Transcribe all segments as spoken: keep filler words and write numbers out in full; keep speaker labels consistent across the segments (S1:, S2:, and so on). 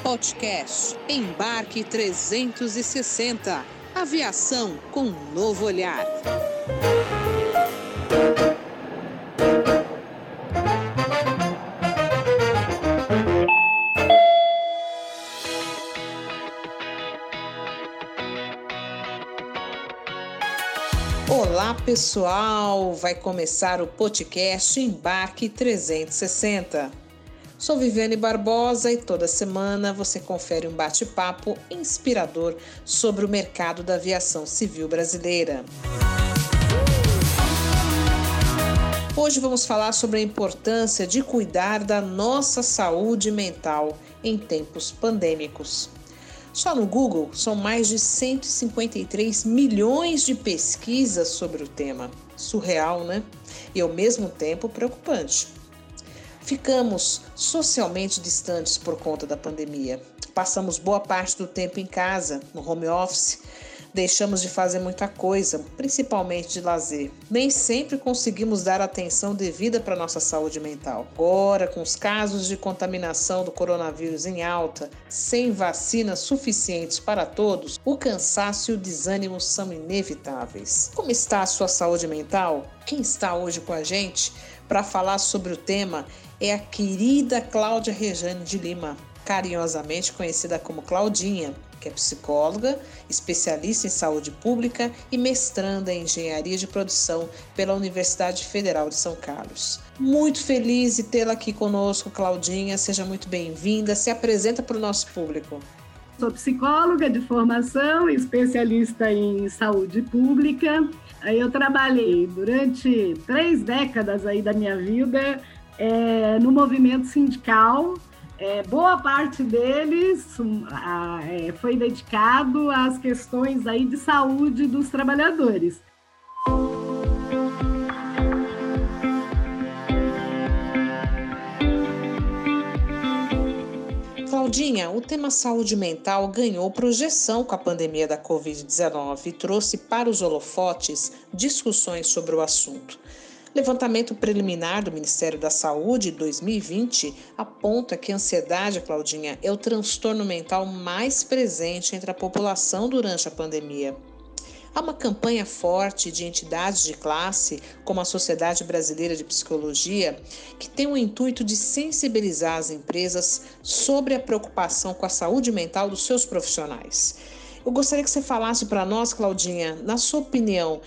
S1: Podcast Embarque trezentos e sessenta. Aviação com um novo olhar. Olá, pessoal! Vai começar o podcast Embarque trezentos e sessenta. Sou Viviane Barbosa e toda semana você confere um bate-papo inspirador sobre o mercado da aviação civil brasileira. Hoje vamos falar sobre a importância de cuidar da nossa saúde mental em tempos pandêmicos. Só no Google são mais de cento e cinquenta e três milhões de pesquisas sobre o tema. Surreal, né? E ao mesmo tempo preocupante. Ficamos socialmente distantes por conta da pandemia. Passamos boa parte do tempo em casa, no home office. Deixamos de fazer muita coisa, principalmente de lazer. Nem sempre conseguimos dar atenção devida para a nossa saúde mental. Agora, com os casos de contaminação do coronavírus em alta, sem vacinas suficientes para todos, o cansaço e o desânimo são inevitáveis. Como está a sua saúde mental? Quem está hoje com a gente para falar sobre o tema é a querida Cláudia Rejane de Lima, carinhosamente conhecida como Claudinha, que é psicóloga, especialista em saúde pública e mestranda em engenharia de produção pela Universidade Federal de São Carlos. Muito feliz de tê-la aqui conosco, Claudinha. Seja muito bem-vinda. Se apresenta para o nosso público.
S2: Sou psicóloga de formação, especialista em saúde pública. Eu trabalhei durante três décadas aí da minha vida é, no movimento sindical. É, boa parte deles um, a, é, foi dedicado às questões aí de saúde dos trabalhadores.
S1: Claudinha, o tema saúde mental ganhou projeção com a pandemia da covid dezenove e trouxe para os holofotes discussões sobre o assunto. Levantamento preliminar do Ministério da Saúde dois mil e vinte aponta que a ansiedade, Claudinha, é o transtorno mental mais presente entre a população durante a pandemia. Há uma campanha forte de entidades de classe, como a Sociedade Brasileira de Psicologia, que tem o intuito de sensibilizar as empresas sobre a preocupação com a saúde mental dos seus profissionais. Eu gostaria que você falasse para nós, Claudinha, na sua opinião,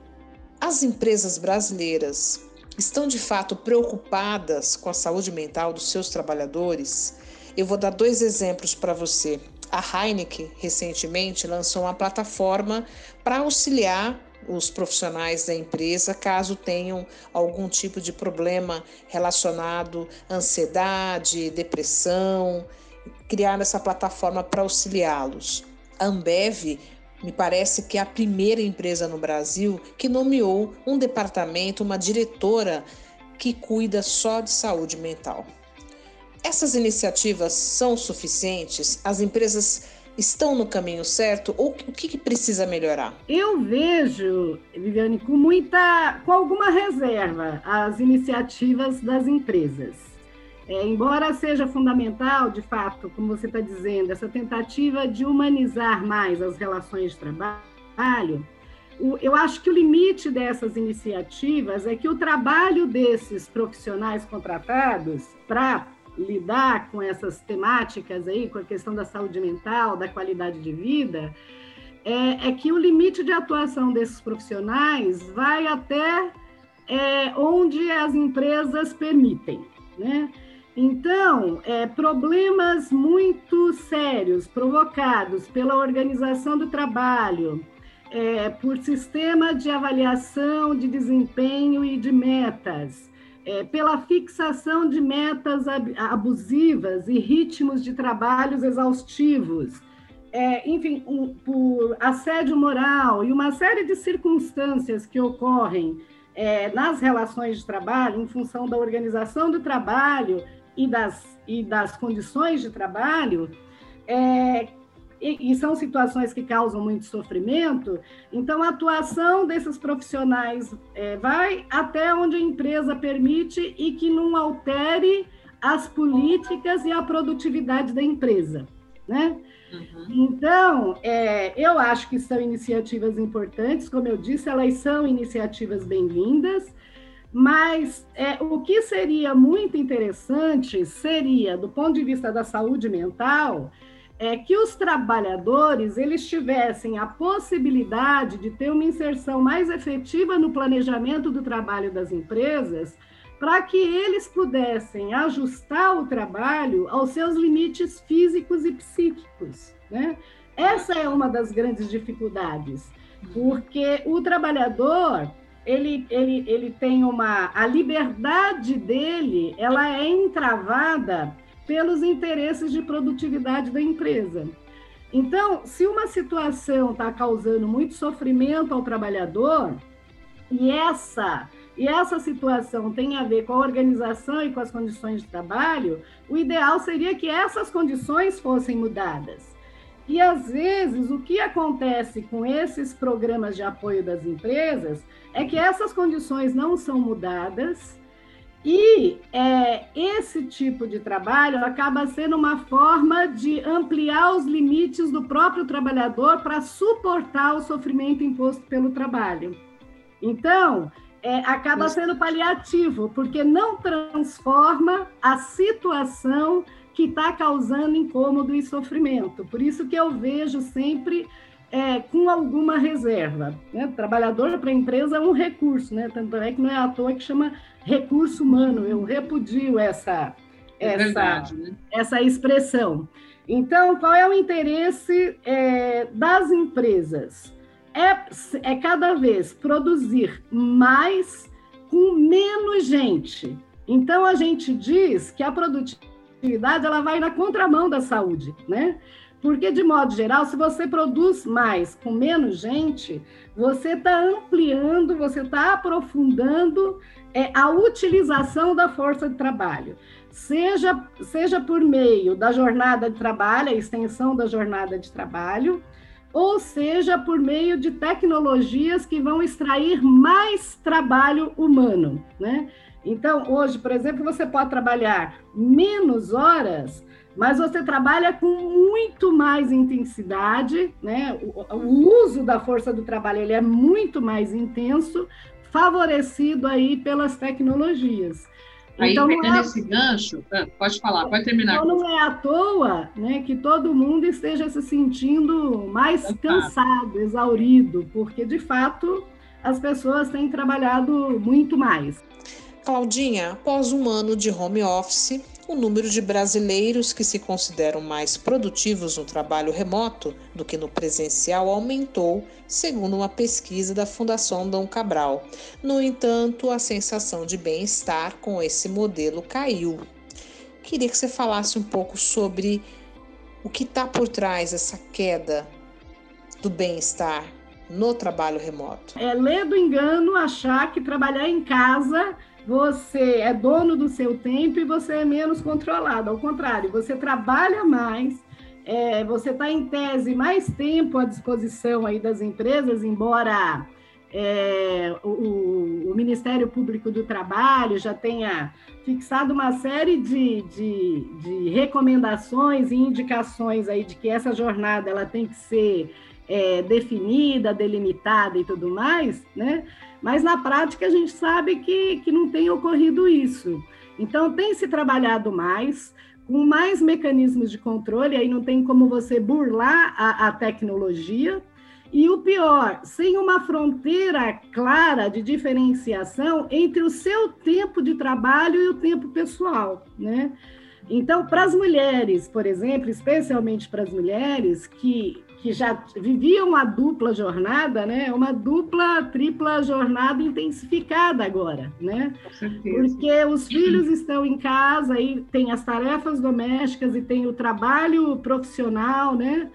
S1: as empresas brasileiras estão de fato preocupadas com a saúde mental dos seus trabalhadores? Eu vou dar dois exemplos para você. A Heineken, recentemente, lançou uma plataforma para auxiliar os profissionais da empresa caso tenham algum tipo de problema relacionado à ansiedade, depressão, criar essa plataforma para auxiliá-los. A Ambev me parece que é a primeira empresa no Brasil que nomeou um departamento, uma diretora que cuida só de saúde mental. Essas iniciativas são suficientes? As empresas estão no caminho certo? Ou o que, que precisa melhorar?
S2: Eu vejo, Viviane, com muita, com alguma reserva, as iniciativas das empresas. É, embora seja fundamental, de fato, como você está dizendo, essa tentativa de humanizar mais as relações de trabalho, o, eu acho que o limite dessas iniciativas é que o trabalho desses profissionais contratados para lidar com essas temáticas aí, com a questão da saúde mental, da qualidade de vida, é, é que o limite de atuação desses profissionais vai até é, onde as empresas permitem, né? Então, é, problemas muito sérios provocados pela organização do trabalho, é, por sistema de avaliação de desempenho e de metas, é, pela fixação de metas abusivas e ritmos de trabalhos exaustivos, é, enfim, um, por assédio moral e uma série de circunstâncias que ocorrem é, nas relações de trabalho em função da organização do trabalho e das, e das condições de trabalho, é, e, e são situações que causam muito sofrimento. Então, a atuação desses profissionais é, vai até onde a empresa permite e que não altere as políticas e a produtividade da empresa, né? Uhum. Então, é, eu acho que são iniciativas importantes, como eu disse, elas são iniciativas bem-vindas, mas é, o que seria muito interessante seria, do ponto de vista da saúde mental, é que os trabalhadores eles tivessem a possibilidade de ter uma inserção mais efetiva no planejamento do trabalho das empresas, para que eles pudessem ajustar o trabalho aos seus limites físicos e psíquicos, né? Essa é uma das grandes dificuldades, porque o trabalhador, ele, ele, ele tem uma... A liberdade dele, ela é entravada pelos interesses de produtividade da empresa. Então, se uma situação está causando muito sofrimento ao trabalhador, e essa... e essa situação tem a ver com a organização e com as condições de trabalho, o ideal seria que essas condições fossem mudadas. E, às vezes, o que acontece com esses programas de apoio das empresas é que essas condições não são mudadas e é, esse tipo de trabalho acaba sendo uma forma de ampliar os limites do próprio trabalhador para suportar o sofrimento imposto pelo trabalho. Então, É, acaba sendo paliativo, porque não transforma a situação que está causando incômodo e sofrimento. Por isso que eu vejo sempre é, com alguma reserva, né? Trabalhador para a empresa é um recurso, né? Tanto é que não é à toa que chama recurso humano. Eu repudio essa, é essa, verdade, né? essa expressão. Então, qual é o interesse é, das empresas? É, é cada vez produzir mais com menos gente. Então, a gente diz que a produtividade ela vai na contramão da saúde, né? Porque, de modo geral, se você produz mais com menos gente, você está ampliando, você está aprofundando é, a utilização da força de trabalho. Seja, seja por meio da jornada de trabalho, a extensão da jornada de trabalho, ou seja, por meio de tecnologias que vão extrair mais trabalho humano, né? Então, hoje, por exemplo, você pode trabalhar menos horas, mas você trabalha com muito mais intensidade, né? O, o uso da força do trabalho ele é muito mais intenso, favorecido aí pelas tecnologias.
S3: Aí, então, pegando é... esse gancho, pode falar, pode terminar.
S2: Então, não é à toa, né, que todo mundo esteja se sentindo mais cansado, exaurido, porque, de fato, as pessoas têm trabalhado muito mais.
S1: Claudinha, após um ano de home office, o número de brasileiros que se consideram mais produtivos no trabalho remoto do que no presencial aumentou, segundo uma pesquisa da Fundação Dom Cabral. No entanto, a sensação de bem-estar com esse modelo caiu. Queria que você falasse um pouco sobre o que está por trás dessa queda do bem-estar no trabalho remoto.
S2: É ler do engano achar que trabalhar em casa você é dono do seu tempo e você é menos controlado. Ao contrário, você trabalha mais, é, você está em tese mais tempo à disposição aí das empresas, embora é, o, o Ministério Público do Trabalho já tenha fixado uma série de, de, de recomendações e indicações aí de que essa jornada ela tem que ser é, definida, delimitada e tudo mais, né? Mas, na prática, a gente sabe que, que não tem ocorrido isso. Então, tem se trabalhado mais, com mais mecanismos de controle, aí não tem como você burlar a, a tecnologia. E o pior, sem uma fronteira clara de diferenciação entre o seu tempo de trabalho e o tempo pessoal, né? Então, para as mulheres, por exemplo, especialmente para as mulheres que... que já viviam a dupla jornada, né? Uma dupla, tripla jornada intensificada agora, né?
S3: Com certeza.
S2: Porque os filhos estão em casa, aí tem as tarefas domésticas e tem o trabalho profissional, né?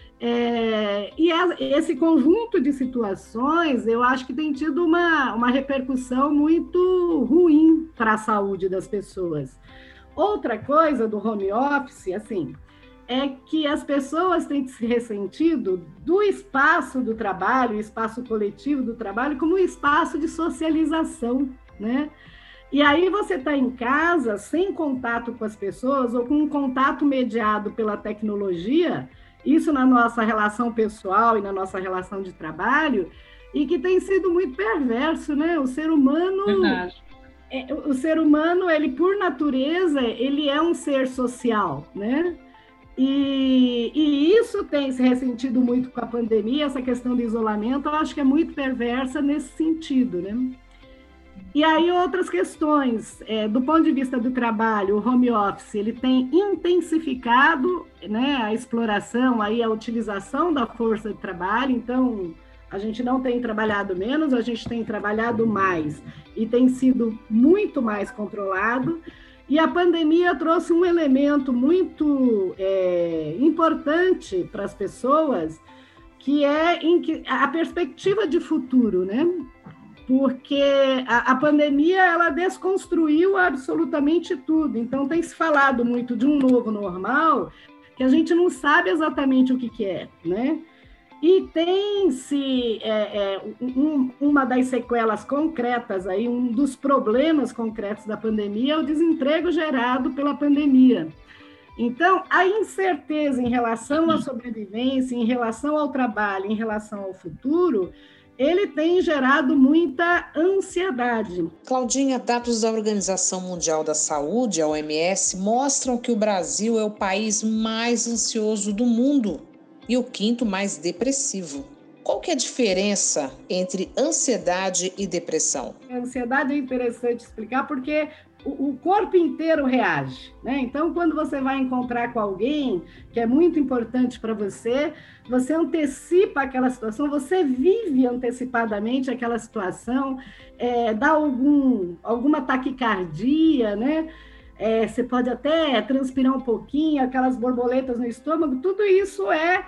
S2: É, e esse conjunto de situações, eu acho que tem tido uma, uma repercussão muito ruim para a saúde das pessoas. Outra coisa do home office, assim... é que as pessoas têm se ressentido do espaço do trabalho, o espaço coletivo do trabalho, como um espaço de socialização, né? E aí você está em casa, sem contato com as pessoas, ou com um contato mediado pela tecnologia, isso na nossa relação pessoal e na nossa relação de trabalho, e que tem sido muito perverso, né? O ser humano...
S3: Verdade.
S2: É, o ser humano, ele, por natureza, ele é um ser social, né? E, e isso tem se ressentido muito com a pandemia, essa questão do isolamento, eu acho que é muito perversa nesse sentido, né? E aí outras questões, é, do ponto de vista do trabalho, o home office, ele tem intensificado, né, a exploração, aí, a utilização da força de trabalho, então a gente não tem trabalhado menos, a gente tem trabalhado mais e tem sido muito mais controlado. E a pandemia trouxe um elemento muito é, importante para as pessoas, que é em que, a perspectiva de futuro, né? Porque a, a pandemia, ela desconstruiu absolutamente tudo. Então, tem se falado muito de um novo normal, que a gente não sabe exatamente o que, que é, né? E tem-se é, é, um, uma das sequelas concretas, aí, um dos problemas concretos da pandemia é o desemprego gerado pela pandemia. Então, a incerteza em relação à sobrevivência, em relação ao trabalho, em relação ao futuro, ele tem gerado muita ansiedade.
S1: Claudinha, dados da Organização Mundial da Saúde, a O M S, mostram que o Brasil é o país mais ansioso do mundo e o quinto mais depressivo. Qual que é a diferença entre ansiedade e depressão?
S2: A ansiedade é interessante explicar porque o corpo inteiro reage, né? Então, quando você vai encontrar com alguém que é muito importante para você, você antecipa aquela situação, você vive antecipadamente aquela situação, é, dá algum, alguma taquicardia, né? É, você pode até transpirar um pouquinho, aquelas borboletas no estômago, tudo isso é,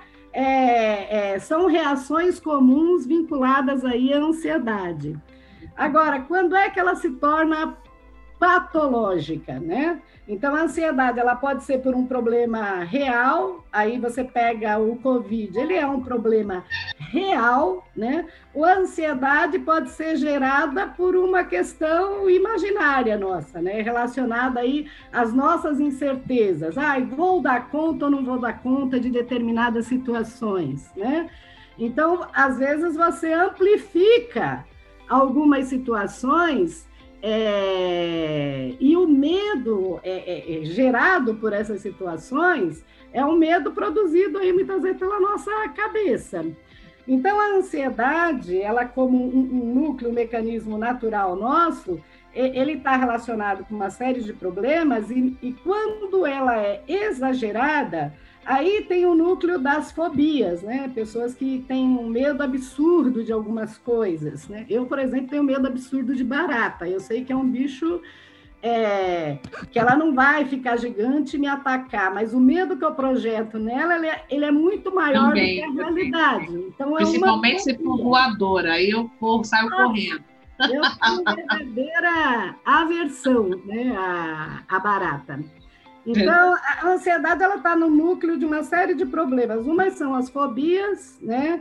S2: é, é, são reações comuns vinculadas aí à ansiedade. Agora, quando é que ela se torna patológica, né? Então, a ansiedade, ela pode ser por um problema real, aí você pega o Covid, ele é um problema real, né? Ou a ansiedade pode ser gerada por uma questão imaginária nossa, né? Relacionada aí às nossas incertezas. Ah, vou dar conta ou não vou dar conta de determinadas situações, né? Então, às vezes, você amplifica algumas situações. É, e o medo é, é, é, gerado por essas situações é um medo produzido aí, muitas vezes, pela nossa cabeça. Então, a ansiedade, ela como um, um núcleo, um mecanismo natural nosso, ele está relacionado com uma série de problemas e, e quando ela é exagerada, aí tem o núcleo das fobias, né? Pessoas que têm um medo absurdo de algumas coisas, né? Eu, por exemplo, tenho medo absurdo de barata. Eu sei que é um bicho é, que ela não vai ficar gigante e me atacar, mas o medo que eu projeto nela, ele é, ele é muito maior
S3: também,
S2: do que a realidade. Então, é
S3: principalmente
S2: uma
S3: se for voadora, aí eu corro, saio ah, correndo.
S2: Eu tenho verdadeira aversão, né, à, à barata. Então, a ansiedade, ela está no núcleo de uma série de problemas. Umas são as fobias, né?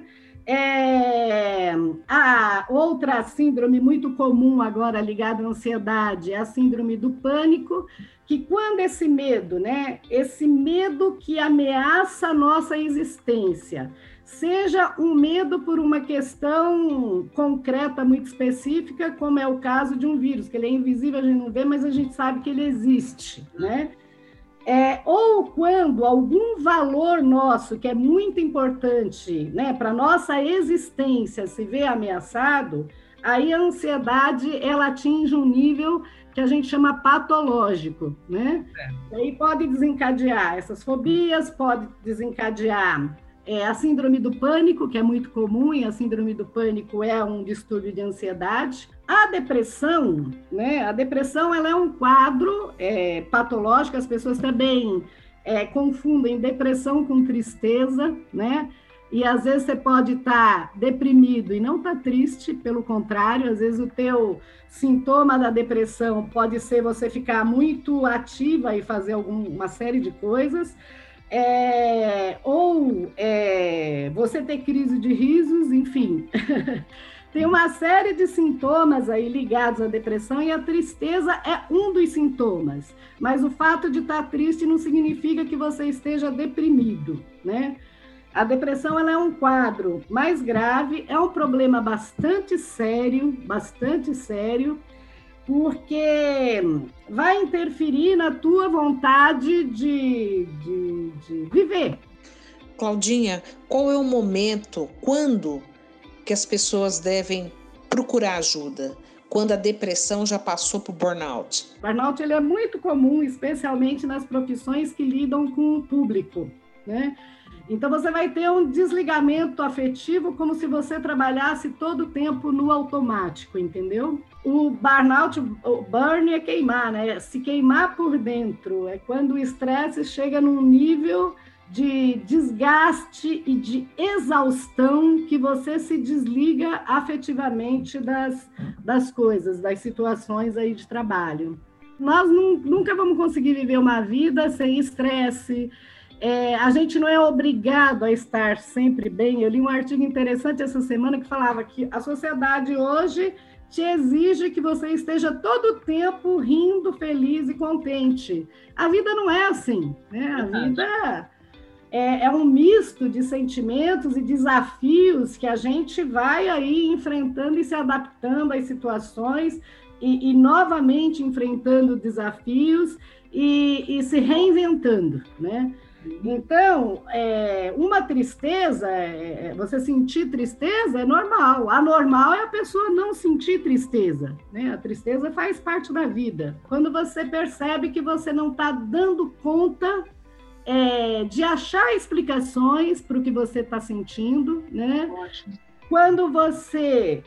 S2: É, a outra síndrome muito comum agora ligada à ansiedade é a síndrome do pânico, que quando esse medo, né? Esse medo que ameaça a nossa existência, seja um medo por uma questão concreta, muito específica, como é o caso de um vírus, que ele é invisível, a gente não vê, mas a gente sabe que ele existe, né? É, ou quando algum valor nosso, que é muito importante, né, para a nossa existência, se vê ameaçado, aí a ansiedade, ela atinge um nível que a gente chama patológico, né? É. Aí pode desencadear essas fobias, pode desencadear é, a síndrome do pânico, que é muito comum, e a síndrome do pânico é um distúrbio de ansiedade. A depressão, né? A depressão, ela é um quadro é, patológico, as pessoas também é, confundem depressão com tristeza, né? E às vezes você pode estar deprimido e não estar triste, pelo contrário, às vezes o teu sintoma da depressão pode ser você ficar muito ativa e fazer alguma série de coisas, é, ou é, você ter crise de risos, enfim... Tem uma série de sintomas aí ligados à depressão e a tristeza é um dos sintomas. Mas o fato de estar triste não significa que você esteja deprimido, né? A depressão ela é um quadro mais grave, é um problema bastante sério, bastante sério, porque vai interferir na tua vontade de, de, de viver.
S1: Claudinha, qual é o momento, quando que as pessoas devem procurar ajuda? Quando a depressão já passou para o burnout?
S2: O burnout ele é muito comum, especialmente nas profissões que lidam com o público, né? Então, você vai ter um desligamento afetivo como se você trabalhasse todo o tempo no automático, entendeu? O burnout, o burn é queimar, né? Se queimar por dentro. É quando o estresse chega num nível de desgaste e de exaustão que você se desliga afetivamente das, das coisas, das situações aí de trabalho. Nós não, nunca vamos conseguir viver uma vida sem estresse. É, a gente não é obrigado a estar sempre bem. Eu li um artigo interessante essa semana que falava que a sociedade hoje te exige que você esteja todo o tempo rindo, feliz e contente. A vida não é assim, né? A vida é, é um misto de sentimentos e desafios que a gente vai aí enfrentando e se adaptando às situações e, e novamente enfrentando desafios e, e se reinventando, né? Então, é, uma tristeza, é, você sentir tristeza é normal. Anormal é a pessoa não sentir tristeza, né? A tristeza faz parte da vida. Quando você percebe que você não está dando conta é, de achar explicações para o que você está sentindo, né?
S3: Ótimo.
S2: Quando você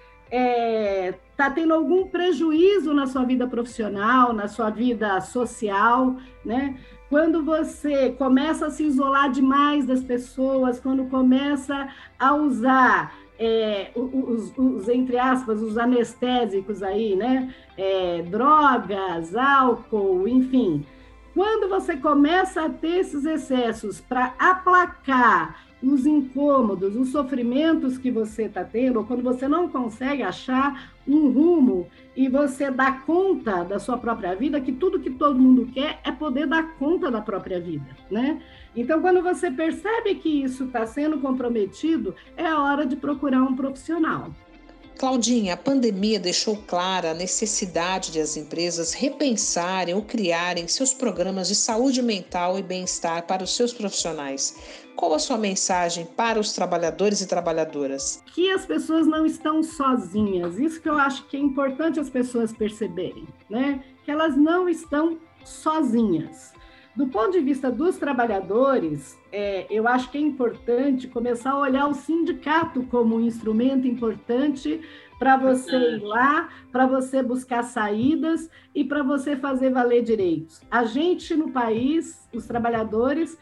S2: está é, tendo algum prejuízo na sua vida profissional, na sua vida social, né? Quando você começa a se isolar demais das pessoas, quando começa a usar é, os, os, entre aspas, os anestésicos aí, né? É, drogas, álcool, enfim. Quando você começa a ter esses excessos para aplacar os incômodos, os sofrimentos que você está tendo, ou quando você não consegue achar um rumo e você dá conta da sua própria vida, que tudo que todo mundo quer é poder dar conta da própria vida, né? Então, quando você percebe que isso está sendo comprometido, é a hora de procurar um profissional.
S1: Claudinha, a pandemia deixou clara a necessidade de as empresas repensarem ou criarem seus programas de saúde mental e bem-estar para os seus profissionais. Qual a sua mensagem para os trabalhadores e trabalhadoras?
S2: Que as pessoas não estão sozinhas. Isso que eu acho que é importante as pessoas perceberem, né? Que elas não estão sozinhas. Do ponto de vista dos trabalhadores, é, eu acho que é importante começar a olhar o sindicato como um instrumento importante para você ir lá, para você buscar saídas e para você fazer valer direitos. A gente no país, os trabalhadores,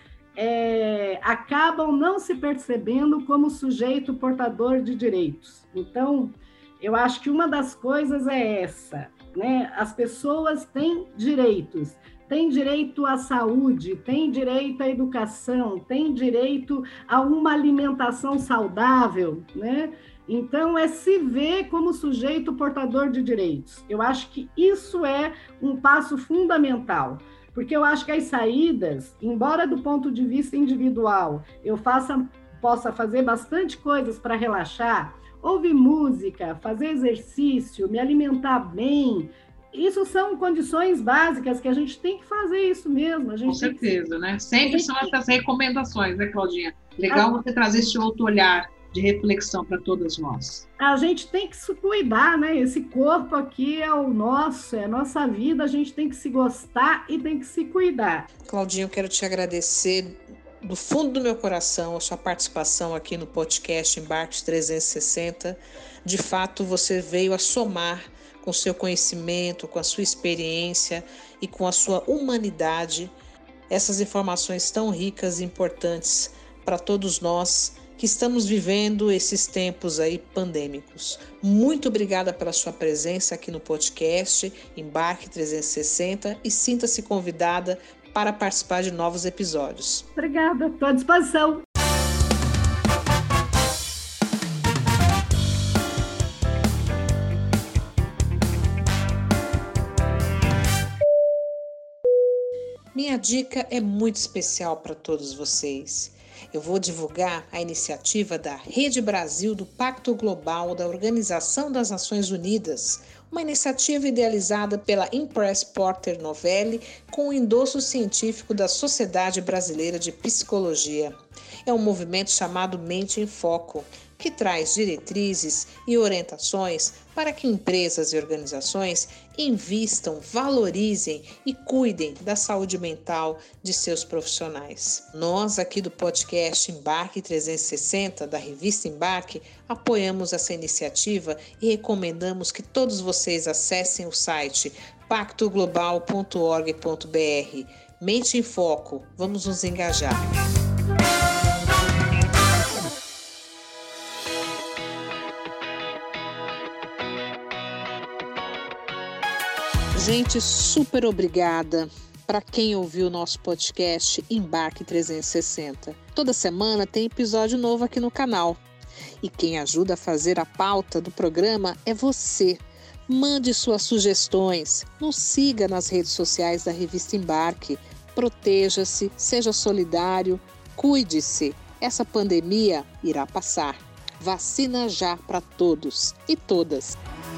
S2: é, acabam não se percebendo como sujeito portador de direitos. Então, eu acho que uma das coisas é essa, né? As pessoas têm direitos. Tem direito à saúde, tem direito à educação, tem direito a uma alimentação saudável, né? Então, é se ver como sujeito portador de direitos. Eu acho que isso é um passo fundamental, porque eu acho que as saídas, embora do ponto de vista individual eu faça, possa fazer bastante coisas para relaxar, ouvir música, fazer exercício, me alimentar bem, isso são condições básicas que a gente tem que fazer isso mesmo. A gente
S3: Com certeza,
S2: que...
S3: né? Sempre são essas recomendações, né, Claudinha? Legal a... você trazer esse outro olhar de reflexão para todas nós.
S2: A gente tem que se cuidar, né? Esse corpo aqui é o nosso, é a nossa vida, a gente tem que se gostar e tem que se cuidar.
S1: Claudinha, eu quero te agradecer do fundo do meu coração a sua participação aqui no podcast Embarque trezentos e sessenta. De fato, você veio a somar com o seu conhecimento, com a sua experiência e com a sua humanidade, essas informações tão ricas e importantes para todos nós que estamos vivendo esses tempos aí pandêmicos. Muito obrigada pela sua presença aqui no podcast Embarque trezentos e sessenta e sinta-se convidada para participar de novos episódios.
S2: Obrigada, estou à disposição.
S1: Minha dica é muito especial para todos vocês. Eu vou divulgar a iniciativa da Rede Brasil do Pacto Global da Organização das Nações Unidas, uma iniciativa idealizada pela Impress Porter Novelli com o endosso científico da Sociedade Brasileira de Psicologia. É um movimento chamado Mente em Foco, que traz diretrizes e orientações para que empresas e organizações invistam, valorizem e cuidem da saúde mental de seus profissionais. Nós, aqui do podcast Embarque trezentos e sessenta, da revista Embarque, apoiamos essa iniciativa e recomendamos que todos vocês acessem o site pacto global ponto org ponto br. Mente em Foco, vamos nos engajar. Gente, super obrigada para quem ouviu o nosso podcast Embarque trezentos e sessenta. Toda semana tem episódio novo aqui no canal. E quem ajuda a fazer a pauta do programa é você. Mande suas sugestões, nos siga nas redes sociais da revista Embarque. Proteja-se, seja solidário, cuide-se. Essa pandemia irá passar. Vacina já para todos e todas.